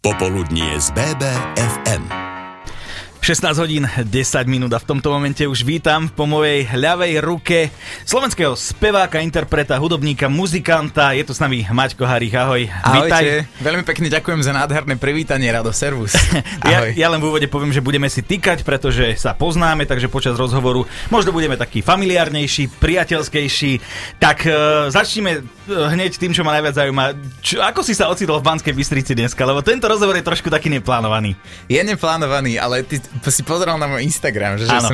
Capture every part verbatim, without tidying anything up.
Popoludnie z bé bé ef em. šestnásť hodín desať minút a v tomto momente už vítam po mojej ľavej ruke slovenského speváka, interpreta, hudobníka, muzikanta. Je tu s nami Maťko Harich, ahoj. Ahojte, veľmi pekne ďakujem za nádherné privítanie, Rado, servus. ja, ja len v úvode poviem, že budeme si tykať, pretože sa poznáme, takže počas rozhovoru možno budeme taký familiárnejší, priateľskejší. Tak uh, začneme hneď tým, čo ma najviac zaujíma. Čo, ako si sa ocitol v Banskej Bystrici dneska? Lebo tento rozhovor je trošku taký neplánovaný. Je neplánovaný, ale ty si pozeral na môj Instagram, že, že Áno. som...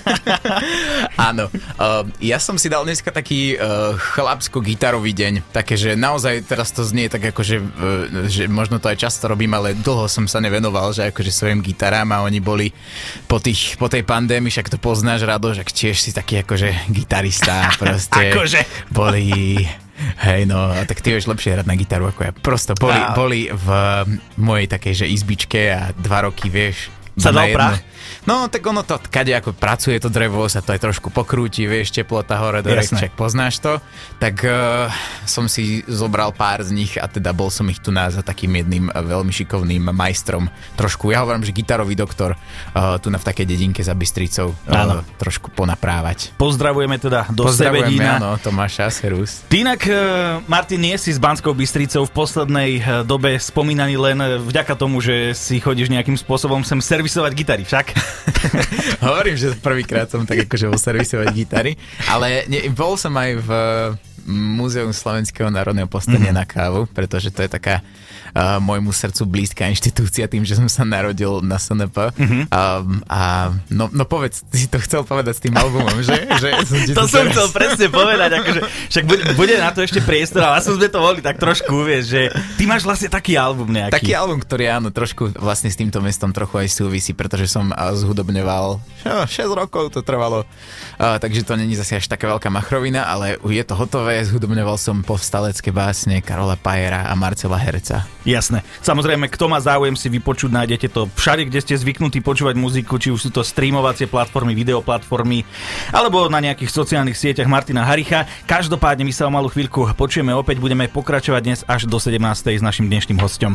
Áno. Uh, ja som si dal dneska taký uh, chlapsko-gitarový deň. Také, že naozaj teraz to znie tak ako, že, uh, že možno to aj často robím, ale dlho som sa nevenoval, že akože svojim gitarám a oni boli po, tých, po tej pandémii, však to poznáš, Rado, že tiež si taký akože gitarista proste. Akože. Boli... Hej, no, tak ty vieš lepšie hrať na gitaru ako ja. Prosto boli, boli v mojej takej, že izbičke a dva roky, vieš, sa dal prach? No, tak ono to, kade ako pracuje to drevo, sa to aj trošku pokrúti, vieš, teplota hore do rekček, poznáš to. Tak uh, som si zobral pár z nich a teda bol som ich tu na za takým jedným uh, veľmi šikovným majstrom. Trošku, ja hovorím, že gitarový doktor uh, tu na v takej dedinke za Bystricou uh, trošku ponaprávať. Pozdravujeme teda do Pozdravujeme, Sebedína. áno, Tomáša, serus. Ty inak, uh, Martin, nie si s Banskou Bystricou v poslednej uh, dobe spomínaný len vďaka tomu, že si chodíš nejakým spôsobom sem servisovať gitary, však? Hovorím, že prvýkrát som tak akože bol servisovať gitary, ale ne, bol som aj v Múzeu Slovenského národného povstania mm. na kávu, pretože to je taká uh, môjmu srdcu blízka inštitúcia tým, že som sa narodil na es en pé. Mm-hmm. Um, a no, no povedz, ty si to chcel povedať s tým albumom, že? že som to som teraz... chcel presne povedať, akože, však bude, bude na to ešte priestor, ale som sme to mohli tak trošku uvieť, že ty máš vlastne taký album nejaký. Taký album, ktorý áno, trošku vlastne s týmto mestom trochu aj súvisí, pretože som uh, zhudobňoval šesť rokov to trvalo, uh, takže to není zase až taká veľká machrovina, ale je to hotové. Zhudobňoval som povstalecké básne Karola Pajera a Marcela Herca. Jasné. Samozrejme, kto má záujem si vypočuť, nájdete to všade, kde ste zvyknutí počúvať muziku, či už sú to streamovacie platformy, videoplatformy, alebo na nejakých sociálnych sieťach Martina Haricha. Každopádne my sa o malú chvíľku počujeme opäť, budeme pokračovať dnes až do sedemnástej s našim dnešným hosťom.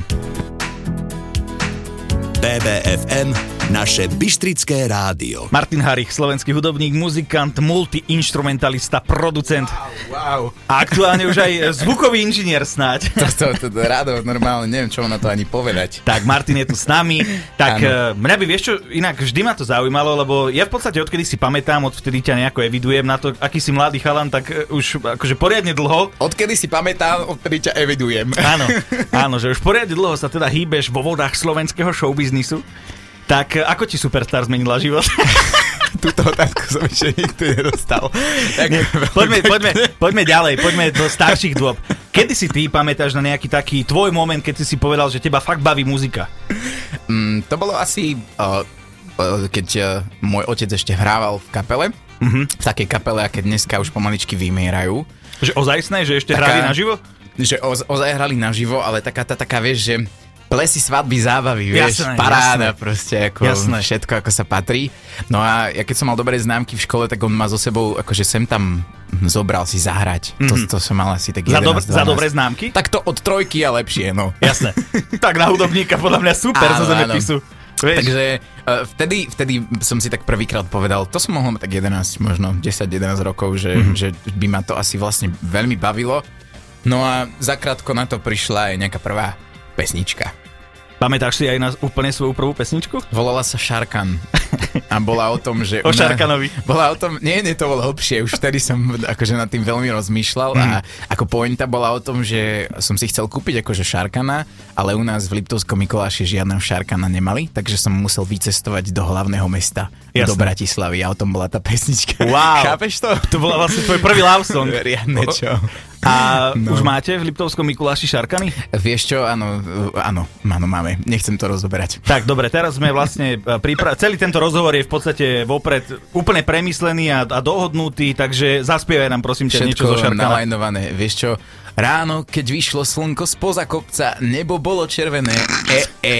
bé bé ef em, naše bystrické rádio. Martin Harich, slovenský hudobník, muzikant, multiinstrumentalista, producent. Wow, wow. A aktuálne už aj zvukový inžinier snáď. To, to, to, to Rado, normálne, neviem, čo na to ani povedať. Tak, Martin je tu s nami. Tak ano. Mňa by, vieš čo, inak vždy ma to zaujímalo, lebo ja v podstate odkedy si pamätám, odvtedy ťa nejako evidujem na to, aký si mladý chalan, tak už akože poriadne dlho. Odkedy si pamätám, odtedy ťa evidujem. Áno, áno, že už poriadne dlho sa teda hýbeš vo vodách slovenského showbiznisu. Tak ako ti Superstar zmenila život? Túto otázku som ešte nikdy nedostal. Tak, Nie, poďme, poďme, poďme ďalej, poďme do starších dôb. Kedy si ty pamätáš na nejaký taký tvoj moment, keď si si povedal, že teba fakt baví muzika? Mm, to bolo asi, uh, uh, keď uh, môj otec ešte hrával v kapele, mm-hmm. v takej kapele, aké dneska už pomaličky vymierajú. Že ozajstné, že ešte taká, hrali naživo? Že oz, ozaj hrali naživo, ale taká tá taká, vieš, že plesy, svadby, zábavy, vieš, jasné, paráda jasné. proste, ako jasné. Všetko, ako sa patrí. No a ja keď som mal dobré známky v škole, tak on ma so sebou, akože sem tam zobral si zahrať. Mm-hmm. To, to som mal asi tak jedenásť Za, dob- za dobré známky? Tak to od trojky a lepšie, no. Jasné. Tak na hudobníka podľa mňa super zo zemepisu. Takže uh, vtedy, vtedy som si tak prvýkrát povedal, to som mohol mať tak jedenásť, možno desať jedenásť rokov, že, mm-hmm. že by ma to asi vlastne veľmi bavilo. No a zakrátko na to prišla aj nejaká prvá pesnička. Pamätáš si aj na úplne svoju prvú pesničku? Volala sa Šarkan. A bola o tom, že... O Šarkanovi. Bola o tom... Nie, nie, to bolo hlbšie. Už vtedy som akože nad tým veľmi rozmýšľal. Mm. A ako pointa bola o tom, že som si chcel kúpiť akože Šarkana, ale u nás v Liptovskom Mikuláši žiadneho Šarkana nemali, takže som musel vycestovať do hlavného mesta. Jasne. Do Bratislavy. A o tom bola tá pesnička. Wow. Chápeš to? To bola vlastne tvoj prvý love song. Riadne čo. A no. Už máte v Liptovskom Mikuláši Šarkany? Vieš čo, áno, áno, áno, máme. Nechcem to rozoberať. Tak, dobre, teraz sme vlastne pripra- celý tento rozhovor je v podstate vopred úplne premyslený a, a dohodnutý, takže zaspievaj nám prosím ťa niečo zo Šarkana. Všetko nalajnované, vieš čo, ráno, keď vyšlo slnko spoza kopca, nebo bolo červené, e, e.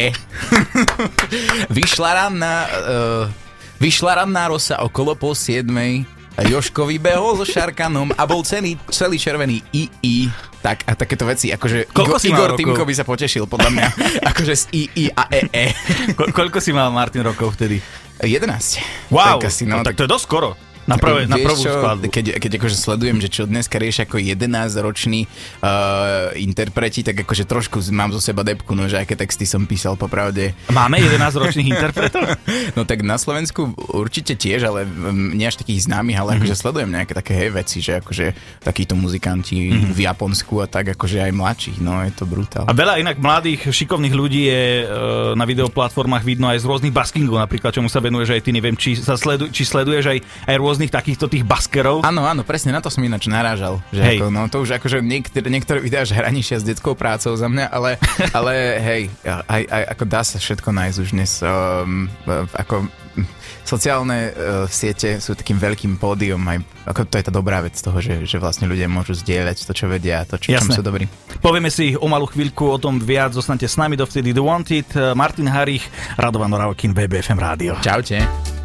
Vyšla ranná, uh, vyšla ranná rosa okolo pol siedmej, Jožko vybehol so Šarkanom a bol celý, celý červený i, i. tak, a takéto veci, akože Koľko Igor, si mal Igor rokov? Týmko by sa potešil, podľa mňa. Akože z I, I a E, E. Ko- koľko si mal, Martin, rokov vtedy? jedenásť. Wow, tak, asi, no, no, tak to je dosť skoro. Na, prvé, na prvú čo, skladbu. Keď, keď akože sledujem, že čo dneska riešia ako jedenásťroční uh, interpreti, tak akože trošku mám zo seba depku, no že aké texty som písal, popravde. Máme jedenásťročných interpretov? No tak na Slovensku určite tiež, ale um, nie až takých známych, ale mm-hmm. akože sledujem nejaké také hej veci, že akože takíto muzikanti mm-hmm. v Japonsku a tak akože aj mladších, no je to brutál. A veľa inak mladých, šikovných ľudí je uh, na videoplatformách vidno aj z rôznych baskingov, napríklad čomu sa venuješ aj ty, neviem, či, sa sledu, či sleduješ aj, aj rôznych takýchto tých baskerov. Áno, áno, presne na to som ináč narážal. Že hej. Ako, no to už akože niektoré, niektoré videá až hraničia s detskou prácou za mňa, ale, ale hej, aj, aj ako dá sa všetko nájsť už dnes. Um, ako sociálne uh, siete sú takým veľkým pódium, aj ako to je tá dobrá vec toho, že, že vlastne ľudia môžu zdieľať to, čo vedia, to, čo čom sú dobrí. Povieme si o malú chvíľku o tom viac, zostanete s nami dovtedy The Wanted, Martin Harich, Radovan Oravkin, bé bé ef em Rádio. Čaute.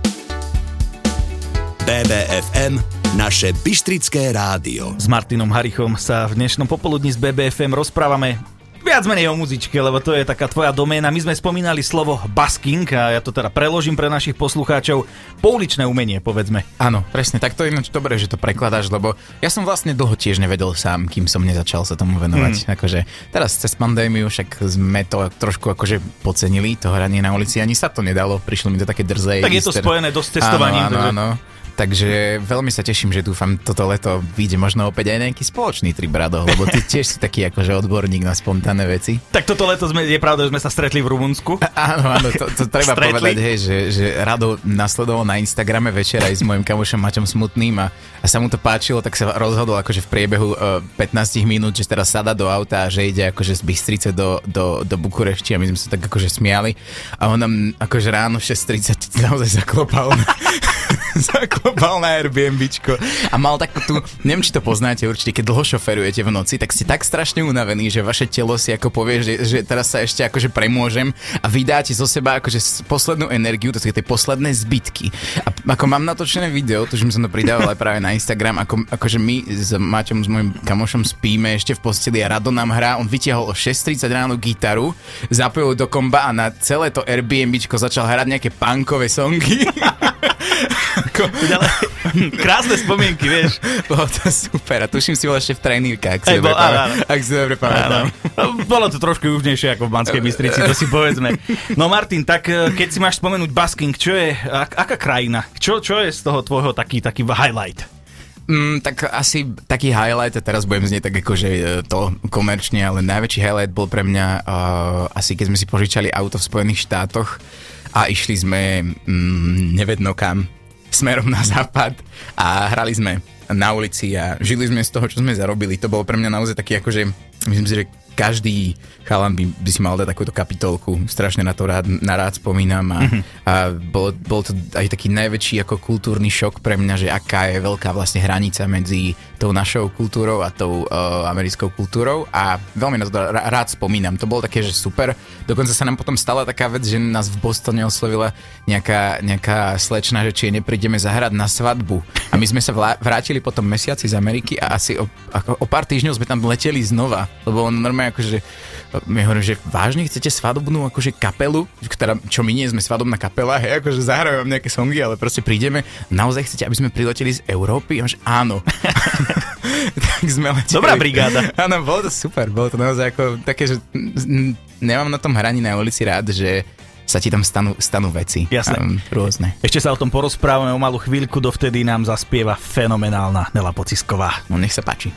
bé bé ef em, naše Bystrické rádio. S Martinom Harichom sa v dnešnom popoludní z bé bé ef em rozprávame viac menej o muzičke, lebo to je taká tvoja doména. My sme spomínali slovo basking a ja to teda preložím pre našich poslucháčov. Pouličné umenie, povedzme. Áno, presne, tak to je ináč dobré, že to prekladáš, lebo ja som vlastne dlho tiež nevedel sám, kým som nezačal sa tomu venovať. Mm. Akože teraz cez pandémiu však sme to trošku akože podcenili, to hranie na ulici, ani sa to nedalo, prišlo mi to také drzé. Tak je to spojené dosť s cestovaním. Áno, áno, áno. Takže veľmi sa teším, že dúfam, toto leto vyjde možno opäť aj nejaký spoločný trip, Rado, lebo ty tiež si taký akože odborník na spontánne veci. Tak toto leto sme, je pravda, že sme sa stretli v Rumunsku. Áno, áno, to, to treba stretli. povedať, hej, že, že Rado nasledoval na Instagrame večer aj s mojim kamošom Maťom Smutným a, a sa mu to páčilo, tak sa rozhodol akože v priebehu uh, pätnásť minút, že teraz sadá do auta a že ide akože z Bystrice do, do, do Bukurešti a my sme sa tak akože smiali a on nám akože ráno v šesť tridsať naozaj zaklopal na, zaklopal na Airbnbčko a mal takú tú, neviem, či to poznáte určite, keď dlho šoferujete v noci, tak ste tak strašne unavení, že vaše telo si ako povie, že, že teraz sa ešte akože premôžem a vydáte zo seba akože poslednú energiu, to sú tie posledné zbytky. A ako mám natočené video, tužím som to pridával aj práve na Instagram, ako, akože my s Maťom, s mojim kamošom spíme ešte v posteli a Rado nám hrá, on vytiahol o šesť tridsať ráno gitaru, zapojil do komba a na celé to Airbnbčko začal hrať nejaké punkové songy. Krásne spomienky, vieš. Bolo to super a tuším si bol ešte v trenírkach, ak si hey, dobre, bol, pamä- ak si dobre pamätám. Bolo to trošku južnejšie ako v Banskej Bystrici, to si povedzme. No Martin, tak keď si máš spomenúť basking, čo je, ak, aká krajina? Čo, čo je z toho tvojho taký, taký highlight? Mm, tak asi taký highlight, a teraz budem znieť tak akože to komerčne, ale najväčší highlight bol pre mňa uh, asi keď sme si požičali auto v Spojených štátoch a išli sme mm, nevedno kam smerom na západ a hrali sme na ulici a žili sme z toho, čo sme zarobili. To bolo pre mňa naozaj taký akože, myslím si, že každý chalan by, by si mal dať takúto kapitolku. Strašne na to rád, na rád spomínam a, mm-hmm. a bol, bol to aj taký najväčší ako kultúrny šok pre mňa, že aká je veľká vlastne hranica medzi tou našou kultúrou a tou uh, americkou kultúrou a veľmi na to rád spomínam. To bolo také, že super. Dokonca sa nám potom stala taká vec, že nás v Bostone oslovila nejaká, nejaká slečna, že či neprídeme zahrať na svadbu. A my sme sa vlá- vrátili potom mesiaci z Ameriky a asi o, ako, o pár týždňov sme tam leteli znova, lebo on normálne akože my hovorím, že vážne chcete svadobnú akože kapelu, ktorá, čo my nie sme svadobná kapela, hej, akože zahrajú vám nejaké songy, ale proste prídeme, naozaj chcete, aby sme prileteli z Európy? A že áno. Tak sme leteli. Dobrá brigáda. Áno, bolo to super, bolo to naozaj ako také, že nemám na tom hraní na ulici rád, že sa ti tam stanú, stanú veci. Jasné. Um, rôzne. Ešte sa o tom porozprávame o malú chvíľku, dovtedy nám zaspieva fenomenálna Nela Pocisková. No nech sa páči.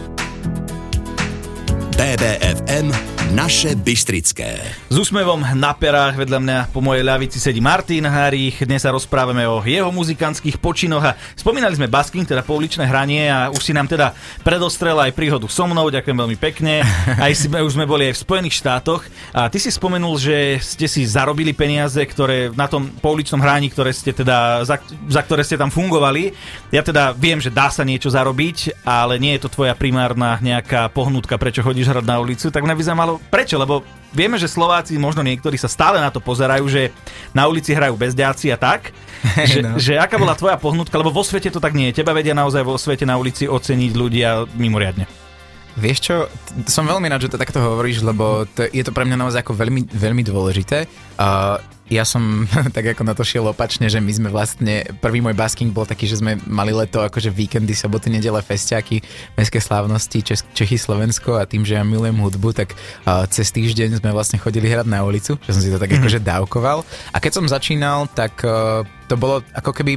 bé bé ef em, naše Bystrické. S úsmevom na perách vedľa mňa po mojej ľavici sedí Martin Harich. Dnes sa rozprávame o jeho muzikantských počinoch a spomínali sme basking, teda pouličné hranie a už si nám teda predostrel aj príhodu so mnou, ďakujem veľmi pekne. Aj si, už sme boli aj v Spojených štátoch a ty si spomenul, že ste si zarobili peniaze, ktoré na tom pouličnom hraní, ktoré ste teda, za, za ktoré ste tam fungovali. Ja teda viem, že dá sa niečo zarobiť, ale nie je to tvoja primárna nejaká pohnutka, prečo chodíš hrať na ulicu, tak mňa by zaujímalo, prečo, lebo vieme, že Slováci, možno niektorí sa stále na to pozerajú, že na ulici hrajú bezďáci a tak, že, no. že aká bola tvoja pohnutka, lebo vo svete to tak nie je, teba vedia naozaj vo svete na ulici oceniť ľudia mimoriadne. Vieš čo, som veľmi rád, že to takto hovoríš, lebo to, je to pre mňa naozaj ako veľmi, veľmi dôležité. Uh, ja som tak ako na to šiel opačne, že my sme vlastne, prvý môj basking bol taký, že sme mali leto akože víkendy, soboty, nedele, festiaky, mestské slávnosti, Čes- Čechy, Slovensko a tým, že ja milujem hudbu, tak uh, cez týždeň sme vlastne chodili hrať na ulicu, že som si to tak mm-hmm. akože dávkoval. A keď som začínal, tak uh, to bolo ako keby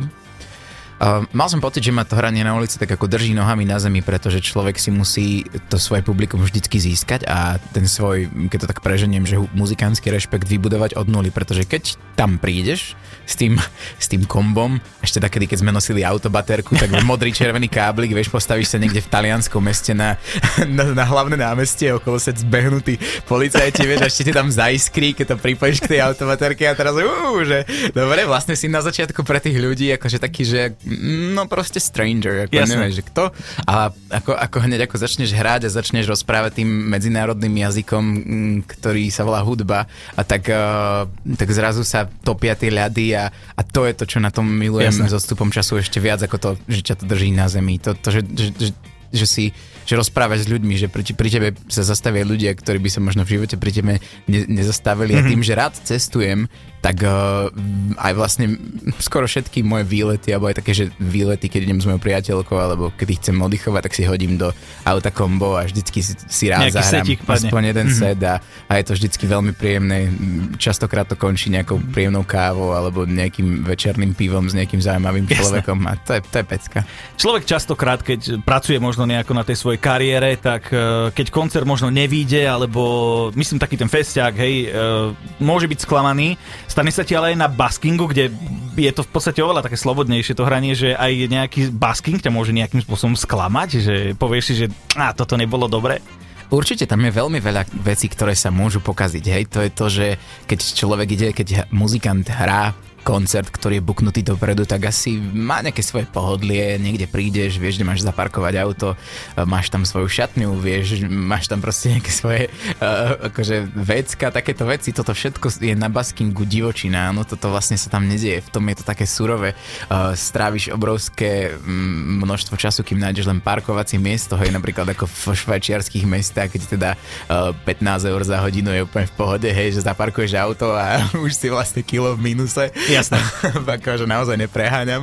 Uh, mal som pocit, že ma to hranie na ulici tak ako drží nohami na zemi, pretože človek si musí to svoje publikum vždycky získať a ten svoj, keď to tak preženiem, že muzikánsky rešpekt vybudovať od nuly, pretože keď tam prídeš s tým, s tým kombom, ešte takedy, keď sme nosili autobaterku, tak modrý červený káblik, vieš, postavíš sa niekde v talianskom meste na, na, na hlavné námestie, okolo sa zbehnutí policajti, vieš, a ešte ti tam zaiskrí, keď to pripojíš k tej autobaterke a teraz, uh, že dobre, vlastne si na začiatku pre tých ľudí akože taký, že no proste stranger, ako nevieš, že kto. A ako, ako hneď ako začneš hrať a začneš rozprávať tým medzinárodným jazykom, ktorý sa volá hudba, a tak, uh, tak zrazu sa topia tie ľady a, a to je to, čo na tom milujem s odstupom času ešte viac ako to, že ťa to drží na zemi. To, to že, že, že, že si že rozprávať s ľuďmi, že pri, pri tebe sa zastavia ľudia, ktorí by sa možno v živote pri tebe ne, nezastavili mm-hmm. a tým, že rád cestujem, tak uh, aj vlastne skoro všetky moje výlety, alebo aj také, že výlety, keď idem s mojou priateľkou, alebo keď chcem oddychovať, tak si hodím do auta kombo a vždycky si, si rád nejaký zahrám aspoň jeden mm-hmm. set a, a je to vždycky veľmi príjemné. Častokrát to končí nejakou príjemnou kávou alebo nejakým večerným pivom s nejakým zaujímavým človekom a to je, to je pecka. Človek častokrát, keď pracuje možno nejako na tej svojej kariére, tak keď koncert možno nevíde, alebo myslím taký ten festiák, hej, môže byť sklamaný. Stane sa ti ale aj na baskingu, kde je to v podstate oveľa také slobodnejšie to hranie, že aj nejaký basking ťa môže nejakým spôsobom sklamať, že povieš si, že á, toto nebolo dobre. Určite tam je veľmi veľa vecí, ktoré sa môžu pokaziť, hej. To je to, že keď človek ide, keď muzikant hrá koncert, ktorý je buknutý dopredu, tak asi má nejaké svoje pohodlie, niekde prídeš, vieš, kde máš zaparkovať auto, máš tam svoju šatňu, vieš, máš tam proste nejaké svoje uh, akože vecka, takéto veci, toto všetko je na baskingu divočina, no toto vlastne sa tam nedieje, v tom je to také surové, uh, stráviš obrovské množstvo času, kým nájdeš len parkovacie miesto, hej, napríklad ako v švajčiarskych mestách, keď teda uh, pätnásť eur za hodinu je úplne v pohode, hej, že zaparkuješ auto a už si vlastne kilo v mínuse. Jasné. Akože naozaj nepreháňam.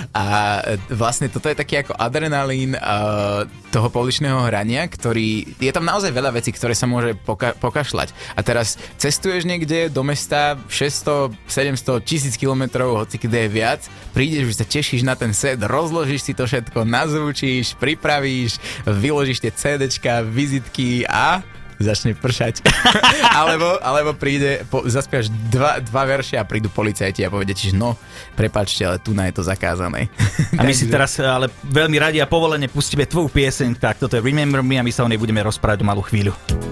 A vlastne toto je taký ako adrenalín uh, toho pouličného hrania, ktorý... Je tam naozaj veľa vecí, ktoré sa môže poka- pokašľať. A teraz cestuješ niekde do mesta šesťsto, sedemsto, tisíc kilometrov, hoci kde je viac, prídeš, už sa tešíš na ten set, rozložíš si to všetko, nazvučíš, pripravíš, vyložíš tie cédečka, vizitky a... začne pršať. alebo, alebo príde, po, zaspievaš dva, dva verše a prídu policajti a povedia ti, že no, prepáčte, ale tu na je to zakázané. A my si teraz ale veľmi radi a povolene pustíme tvoju pieseň, tak toto je Remember Me a my sa o nej budeme rozprávať o malú chvíľu.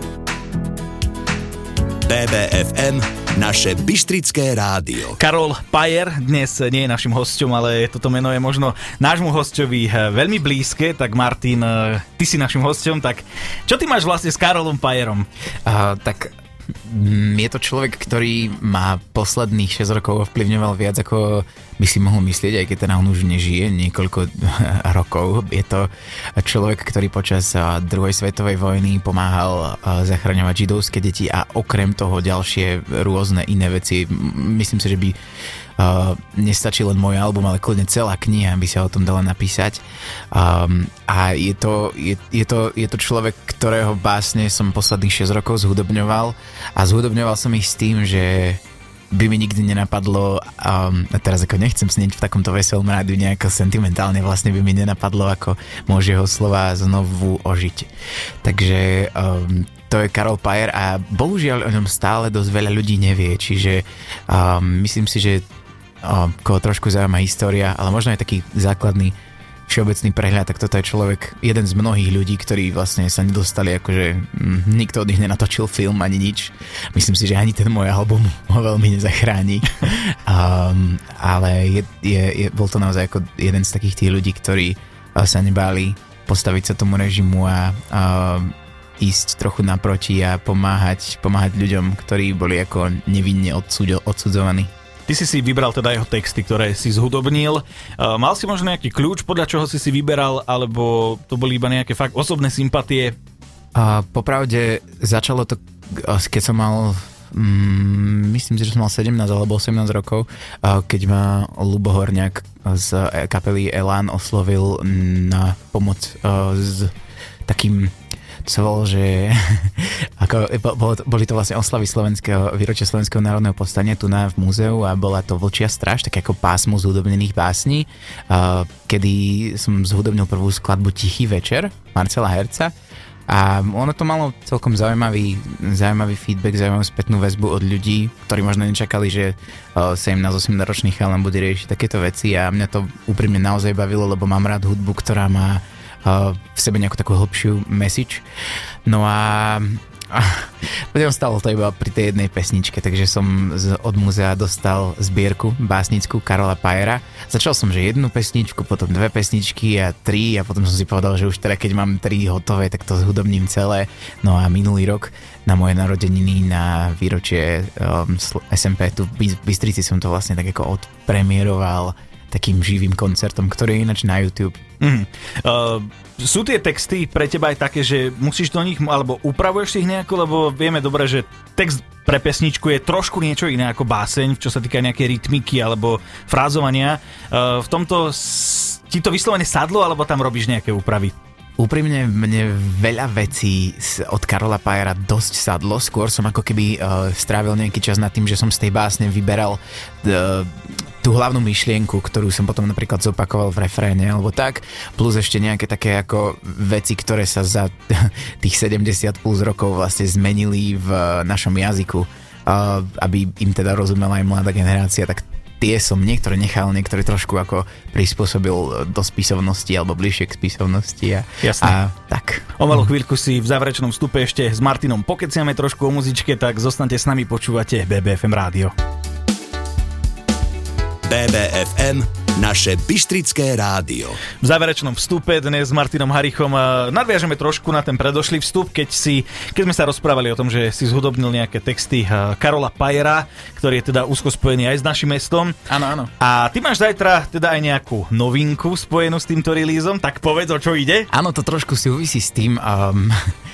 bé bé ef em, naše bystrické rádio. Karol Pajer dnes nie je našim hosťom, ale toto meno je možno nášmu hosťovi veľmi blízke, tak Martin, ty si našim hosťom, tak čo ty máš vlastne s Karolom Pajerom? Uh, tak je to človek, ktorý má posledných šesť rokov ovplyvňoval viac, ako by si mohol myslieť, aj keď teda on už nežije niekoľko rokov. Je to človek, ktorý počas druhej svetovej vojny pomáhal zachraňovať židovské deti a okrem toho ďalšie rôzne iné veci. Myslím si, že by Uh, nestačí len môj album, ale kľudne celá kniha by sa o tom dala napísať. Um, a je to, je, je, to, je to človek, ktorého básne som posledných šesť rokov zhudobňoval a zhudobňoval som ich s tým, že by mi nikdy nenapadlo, um, a teraz ako nechcem snieť v takomto veselom rádiu nejako sentimentálne, vlastne by mi nenapadlo, ako môže jeho slova znovu ožiť. Takže um, to je Karol Pajer a bohužiaľ o ňom stále dosť veľa ľudí nevie, čiže um, myslím si, že O, koho trošku zaujíma história, ale možno aj taký základný všeobecný prehľad, tak toto je človek, jeden z mnohých ľudí, ktorí vlastne sa nedostali, akože m, nikto od nich nenatočil film ani nič. Myslím si, že ani ten môj album ho veľmi nezachráni. um, ale je, je, je, bol to naozaj ako jeden z takých tých ľudí, ktorí sa nebáli postaviť sa tomu režimu a um, ísť trochu naproti a pomáhať, pomáhať ľuďom, ktorí boli ako nevinne odsud- odsudzovaní. Ty si si vybral teda jeho texty, ktoré si zhudobnil. Uh, mal si možno nejaký kľúč, podľa čoho si si vyberal, alebo to boli iba nejaké fakt osobné sympatie? A popravde začalo to, keď som mal, mm, myslím si, že som mal sedemnásť alebo osemnásť rokov, keď ma Ľubo Horňák z kapely Elán oslovil na pomoc s takým, to sa volalo, že ako, boli to vlastne oslavy slovenského, výročia Slovenského národného povstania tu na v múzeu a bola to Vlčia stráž, také ako pásmo zhudobnených básní, kedy som zhudobnil prvú skladbu Tichý večer Marcela Herca. A ono to malo celkom zaujímavý, zaujímavý feedback, zaujímavú spätnú väzbu od ľudí, ktorí možno nečakali, že sedemnásť osemnásť ročný chalan bude riešiť takéto veci a mňa to úprimne naozaj bavilo, lebo mám rád hudbu, ktorá má v sebe nejakú takú hlbšiu message. No a A potom stalo to iba pri tej jednej pesničke, takže som z, od múzea dostal zbierku básnickú Karola Pajera. Začal som, že jednu pesničku, potom dve pesničky a tri a potom som si povedal, že už teda keď mám tri hotové, tak to zhudobním celé. No a minulý rok na moje narodeniny, na výročie um, es em pé tu v Bystrici som to vlastne tak ako odpremieroval takým živým koncertom, ktorý je ináč na YouTube. Mm. Uh, sú tie texty pre teba aj také, že musíš do nich, alebo upravuješ si ich nejako, lebo vieme dobre, že text pre pesničku je trošku niečo iné ako báseň, čo sa týka nejakej rytmiky alebo frázovania. Uh, v tomto s- ti to vyslovene sadlo, alebo tam robíš nejaké úpravy? Úprimne mne veľa vecí od Karola Pajera dosť sadlo, skôr som ako keby uh, strávil nejaký čas nad tým, že som z tej básne vyberal uh, tú hlavnú myšlienku, ktorú som potom napríklad zopakoval v refréne alebo tak, plus ešte nejaké také ako veci, ktoré sa za tých sedemdesiat plus rokov vlastne zmenili v našom jazyku, uh, aby im teda rozumela aj mladá generácia, tak tie som niektoré nechal, niektoré trošku ako prispôsobil do spisovnosti alebo bližšie k spisovnosti a, a tak. O malú chvíľku si v záverečnom vstupe ešte s Martinom pokeciame trošku o muzičke, tak zostanete s nami, počúvate bé bé ef em rádio. bé bé ef em, naše bystrické rádio. V záverečnom vstupe dnes s Martinom Harichom nadviažeme trošku na ten predošlý vstup, keď si, keď sme sa rozprávali o tom, že si zhudobnil nejaké texty Karola Pajera, ktorý je teda úzko spojený aj s našim mestom. Áno, áno. A ty máš zajtra teda aj nejakú novinku spojenú s týmto releaseom, tak povedz, o čo ide? Áno, to trošku súvisí s tým. Um,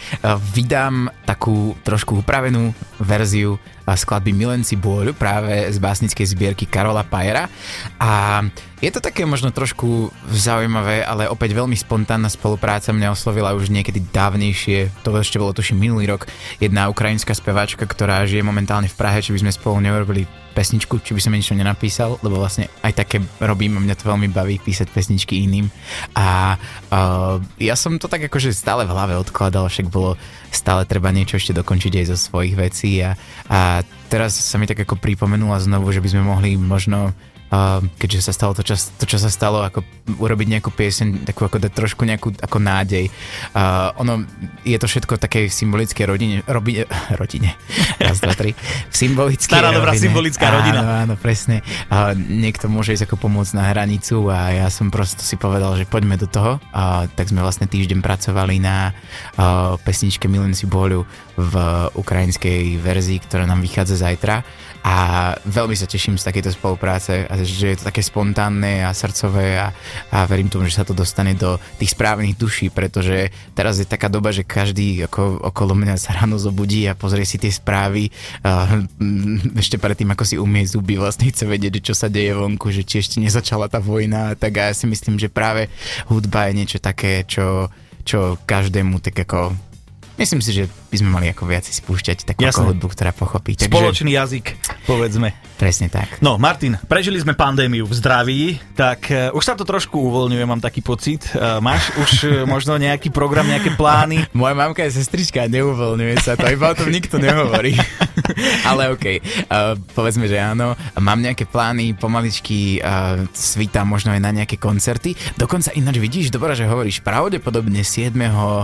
vydám takú trošku upravenú verziu skladby Milenci bôľu práve z básnickej zbierky Karola Pajera a je to také možno trošku zaujímavé, ale opäť veľmi spontánna spolupráca. Mňa oslovila už niekedy dávnejšie, to ešte bolo tuším minulý rok, jedna ukrajinská speváčka, ktorá žije momentálne v Prahe, či by sme spolu neurobili pesničku, či by som niečo nenapísal, lebo vlastne aj také robím a mňa to veľmi baví písať pesničky iným a uh, ja som to tak akože stále v hlave odkladal, však bolo stále treba niečo ešte dokončiť aj zo svojich vecí a, a teraz sa mi tak ako pripomenula znovu, že by sme mohli možno Uh, keďže sa stalo to, čas, to, čo sa stalo, ako urobiť nejakú pieseň, takú ako dať trošku nejakú ako nádej. Uh, ono, je to všetko také symbolické rodine, robi, rodine, raz, dva, tri, symbolické Stará dobrá symbolická rodina. Áno, áno, presne. Uh, niekto môže ísť ako pomôcť na hranicu a ja som prosto si povedal, že poďme do toho. Uh, tak sme vlastne týždeň pracovali na uh, pesničke Milenci bôľu v ukrajinskej verzii, ktorá nám vychádza zajtra a veľmi sa teším z takejto spolupráce a že je to také spontánne a srdcové a, a verím tomu, že sa to dostane do tých správnych duší, pretože teraz je taká doba, že každý ako, okolo mňa sa ráno zobudí a pozrie si tie správy a, ešte predtým, ako si umie zuby, vlastne chce vedieť, čo sa deje vonku, že či ešte nezačala tá vojna, tak a ja si myslím, že práve hudba je niečo také, čo, čo každému tak ako myslím si, že by sme mali ako viac si spúšťať takú ako hudbu, ktorá pochopí. Takže... Spoločný jazyk, povedzme. Presne tak. No, Martin, prežili sme pandémiu v zdraví, tak uh, už sa to trošku uvoľňuje, mám taký pocit. Uh, máš už uh, možno nejaký program, nejaké plány? Moja mamka je sestrička a neuvoľňuje sa to, iba o tom nikto nehovorí. Ale okej, okay. uh, povedzme, že áno. Mám nejaké plány, pomaličky uh, svítam možno aj na nejaké koncerty. Dokonca ináč vidíš, dobré, že hovoríš, pravdepodobne siedmeho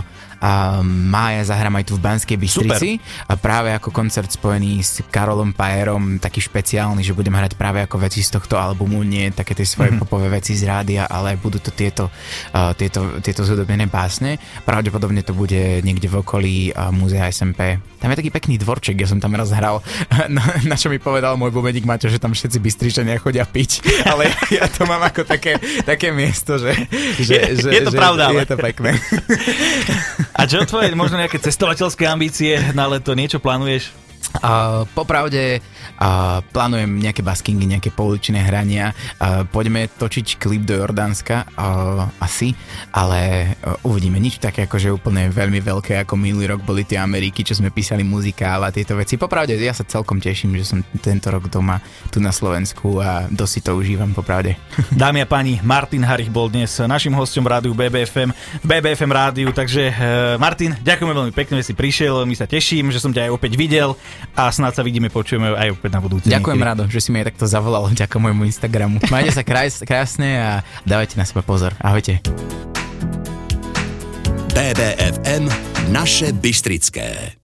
mája zahrám aj tu v Banskej Bystrici. Super. A práve ako koncert spojený s Karolom Pajerom, taký špeciálny, že budem hrať práve ako veci z tohto albumu, nie také tie svoje mm-hmm. popové veci z rádia, ale budú to tieto, uh, tieto, tieto zhudobnené básne. Pravdepodobne to bude niekde v okolí uh, múzea es em pé. Tam je taký pekný dvorček, ja som tam raz hral, na, na čo mi povedal môj bubeník Maťo, že tam všetci Bystričania chodia piť, ale ja to mám ako také, také miesto, že, že, je, že, je to že pravda, je ale... to pekné. A A čo tvoje, možno nejaké cestovateľské ambície na leto, niečo plánuješ? Uh, popravde uh, plánujem nejaké baskingy, nejaké pouličné hrania. Uh, poďme točiť klip do Jordánska uh, asi, ale uh, uvidíme. Nič také akože úplne veľmi veľké, ako minulý rok boli tie Ameriky, čo sme písali muzikál a tieto veci. Popravde ja sa celkom teším, že som tento rok doma tu na Slovensku a dosť si to užívam, popravde. Dámy a páni, Martin Harich bol dnes našim hosťom v rádiu bé bé ef em, v bé bé ef em rádiu, takže uh, Martin, ďakujeme veľmi pekne, že si prišiel, my sa teším, že som ťa aj opäť videl. A snáď sa vidíme, počujeme aj opäť na budúci. Ďakujem niekedy. Rado, že si mi aj takto zavolal vďaka môjmu Instagramu. Majte sa krás, krásne a dávajte na seba pozor. Ahojte. bé bé ef em, naše Bystrické.